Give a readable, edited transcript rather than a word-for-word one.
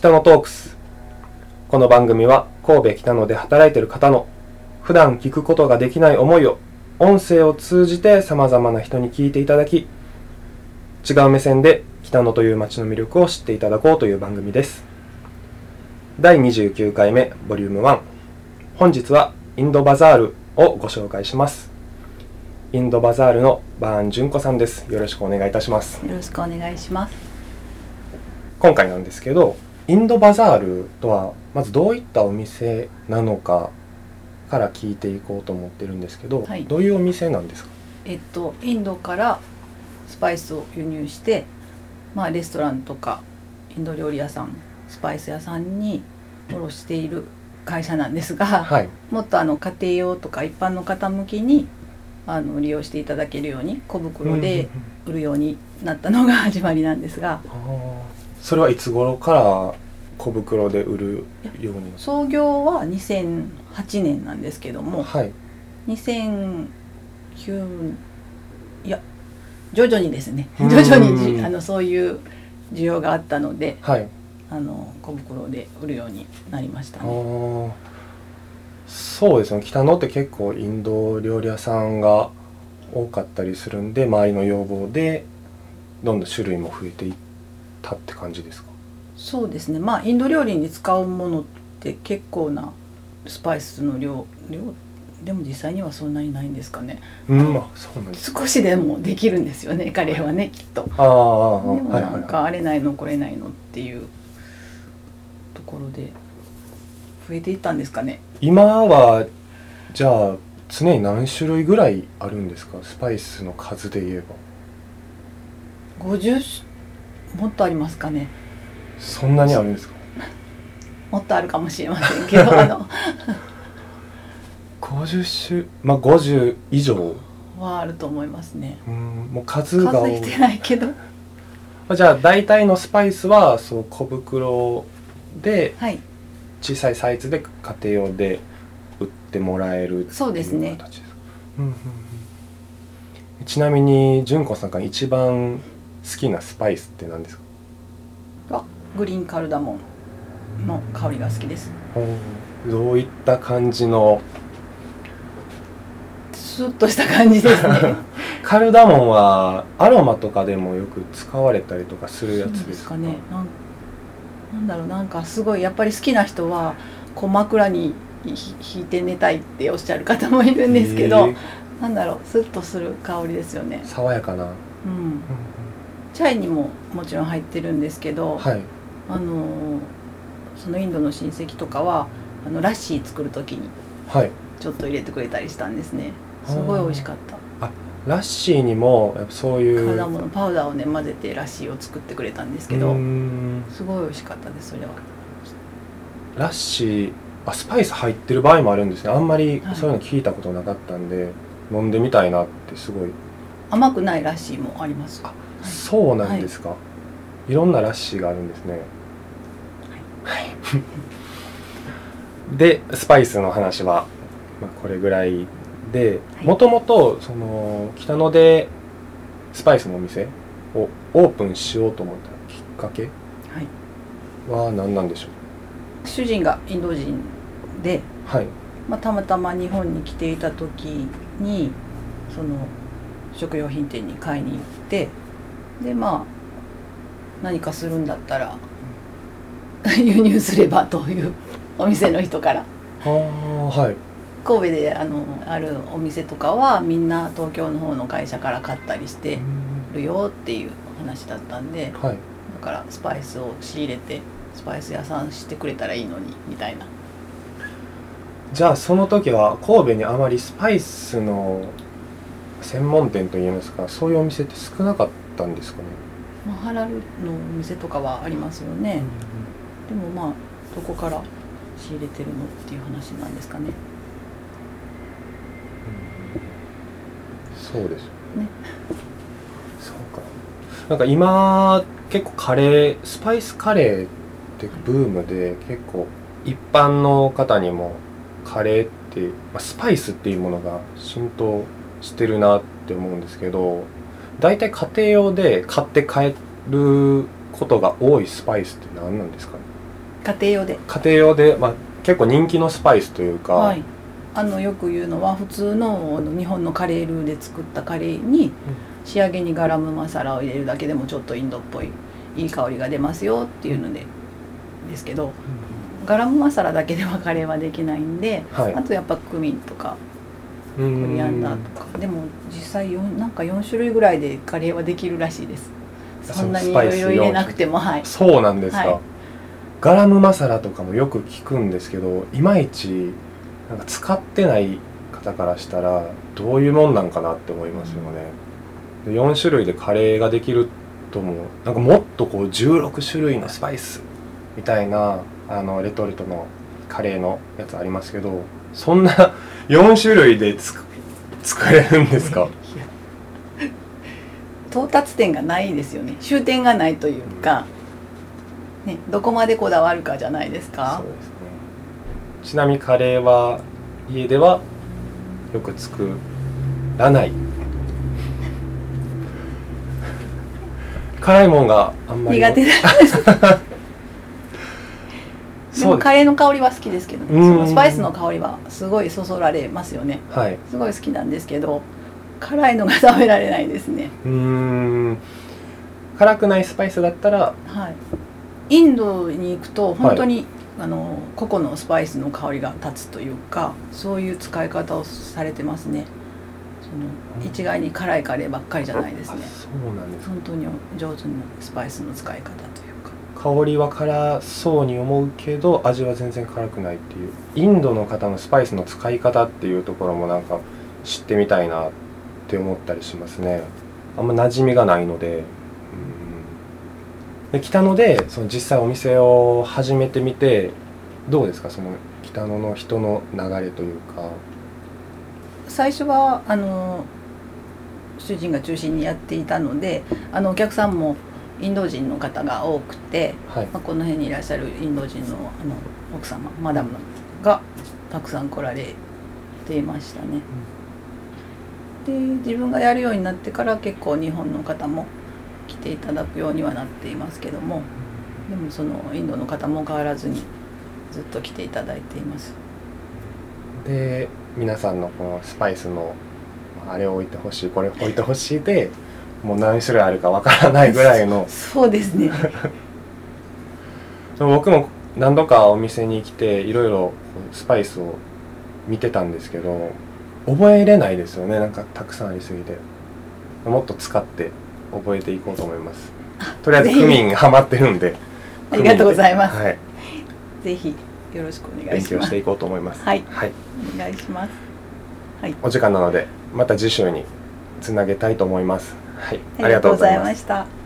北野トークス。この番組は神戸北野で働いている方の普段聞くことができない思いを音声を通じて様々な人に聞いていただき、違う目線で北野という街の魅力を知っていただこうという番組です。第29回目ボリューム1。本日はインドバザールをご紹介します。インドバザールのバーン純子さんです。よろしくお願いいたします。 よろしくお願いします。 今回なんですけど、インドバザールとはまずどういったお店なのかから聞いていこうと思ってるんですけど、 はい、 どういうお店なんですか？ インドからスパイスを輸入して、レストランとかインド料理屋さん、スパイス屋さんに卸している会社なんですが、 はい、 もっと家庭用とか一般の方向きに利用していただけるように小袋で売るようになったのが始まりなんですが、 それはいつ頃から小袋で売るようになった？ 創業は2008年なんですけども、 はい、 2009徐々にですね、徐々にそういう需要があったので、 はい、 小袋で売るようになりましたね。 そうですね。北野って結構インド料理屋さんが多かったりするんで、周りの要望でどんどん種類も増えていったって感じですか？ そうですね。インド料理に使うものって結構なスパイスの量でも実際にはそんなにないんですかね。 そうなんです。 少しでもできるんですよね、カレーはね、きっと。でもなんかあれないのこれないのっていうところで増えていったんですかね。 今はじゃあ常に何種類ぐらいあるんですか？スパイスの数で言えば 50もっとありますかね。 そんなにあるんですか？ もっとあるかもしれませんけど 50種、50以上はあると思いますね。 もう数が数えてないけど、 じゃあ大体のスパイスはそう小袋で小さいサイズで家庭用で売ってもらえるっていう形ですか？ そうですね。 ちなみに純子さんが一番好きなスパイスって何ですか？ グリーンカルダモンの香りが好きです。 どういった感じの？ スッとした感じですねカルダモンはアロマとかでもよく使われたりとかするやつですか？ ね。なんだろう、なんかすごいやっぱり好きな人は枕に引いて寝たいっておっしゃる方もいるんですけど、なんだろう、スッとする香りですよね。 爽やかな。 チャイにももちろん入ってるんですけど、 はい、 そのインドの親戚とかはラッシー作る時にちょっと入れてくれたりしたんですね。すごい美味しかった。 ラッシーにもやっぱそういうカルダモンのパウダーをね混ぜてラッシーを作ってくれたんですけど、すごい美味しかったです。それはラッシー、スパイス入ってる場合もあるんですね。あんまりそういうの聞いたことなかったんで、飲んでみたいなってすごい。 甘くないラッシーもあります。 そうなんですか。いろんなラッシーがあるんですね。でスパイスの話は、これぐらいで、もともとその北野でスパイスのお店をオープンしようと思ったきっかけは何なんでしょう？ 主人がインド人で、たまたま日本に来ていた時にその食料品店に買いに行って、で何かするんだったら輸入すればというお店の人から。神戸であるお店とかはみんな東京の方の会社から買ったりしてるよっていう話だったんで、だからスパイスを仕入れてスパイス屋さんしてくれたらいいのにみたいな。 じゃあその時は神戸にあまりスパイスの専門店といいますか、そういうお店って少なかったんですかね？ ハラルのお店とかはありますよね。でもどこから仕入れてるのっていう話なんですかね。 そうですよね。そうか。なんか今結構スパイスカレーってブームで、結構一般の方にもカレーって、スパイスっていうものが浸透してるなって思うんですけど、だいたい家庭用で買って帰ることが多いスパイスって何なんですかね？ 家庭用で、 まあ、結構人気のスパイスというか、 はい、よく言うのは普通の日本のカレールーで作ったカレーに仕上げにガラムマサラを入れるだけでもちょっとインドっぽいいい香りが出ますよっていうのですけど、ガラムマサラだけではカレーはできないんで、はい、あとやっぱクミンとかコリアンダーとか、でも実際なんか4種類ぐらいでカレーはできるらしいです。そんなにいろいろ入れなくても。はい、 そうなんですか、はい、ガラムマサラとかもよく聞くんですけど、いまいちなんか使ってない方からしたらどういうもんなんかなって思いますよね。で4種類でカレーができるとも、なんかもっとこう16種類のスパイスみたいなレトルトのカレーのやつありますけど、そんな4種類で作れるんですか？ 到達点がないですよね。終点がないというか、ね、どこまでこだわるかじゃないですか。 そうですね。ちなみにカレーは家ではよく作らない。辛いもんがあんまり苦手なんですでもカレーの香りは好きですけどね。そのスパイスの香りはすごいそそられますよね、はい、すごい好きなんですけど、辛いのが食べられないですね。 辛くないスパイスだったら、 はい、インドに行くと本当に、はい、個々のスパイスの香りが立つというか、そういう使い方をされてますね。一概に辛いカレーばっかりじゃないですね。 そうなんです。 本当に上手なスパイスの使い方というか、 香りは辛そうに思うけど味は全然辛くないっていう、インドの方のスパイスの使い方っていうところもなんか知ってみたいなって思ったりしますね。あんま馴染みがないので、で北野でその実際お店を始めてみてどうですか、その北野の人の流れというか。 最初は主人が中心にやっていたので、お客さんもインド人の方が多くて、はい、この辺にいらっしゃるインド人の奥様マダムがたくさん来られていましたね、で自分がやるようになってから結構日本の方も来ていただくようにはなっていますけども、でもそのインドの方も変わらずにずっと来ていただいています。 で皆さんのこのスパイスのあれを置いてほしい、これ置いてほしいでもう何種類あるかわからないぐらいのそうですね僕も何度かお店に来ていろいろスパイスを見てたんですけど覚えれないですよね。なんかたくさんありすぎて、もっと使って覚えていこうと思います。とりあえずクミンハマってるんでありがとうございます、 はい、 ぜひよろしくお願いします。 勉強していこうと思います。 はい、はい、お願いします。はい、 お時間なのでまた次週につなげたいと思います。はい、 ありがとうございました。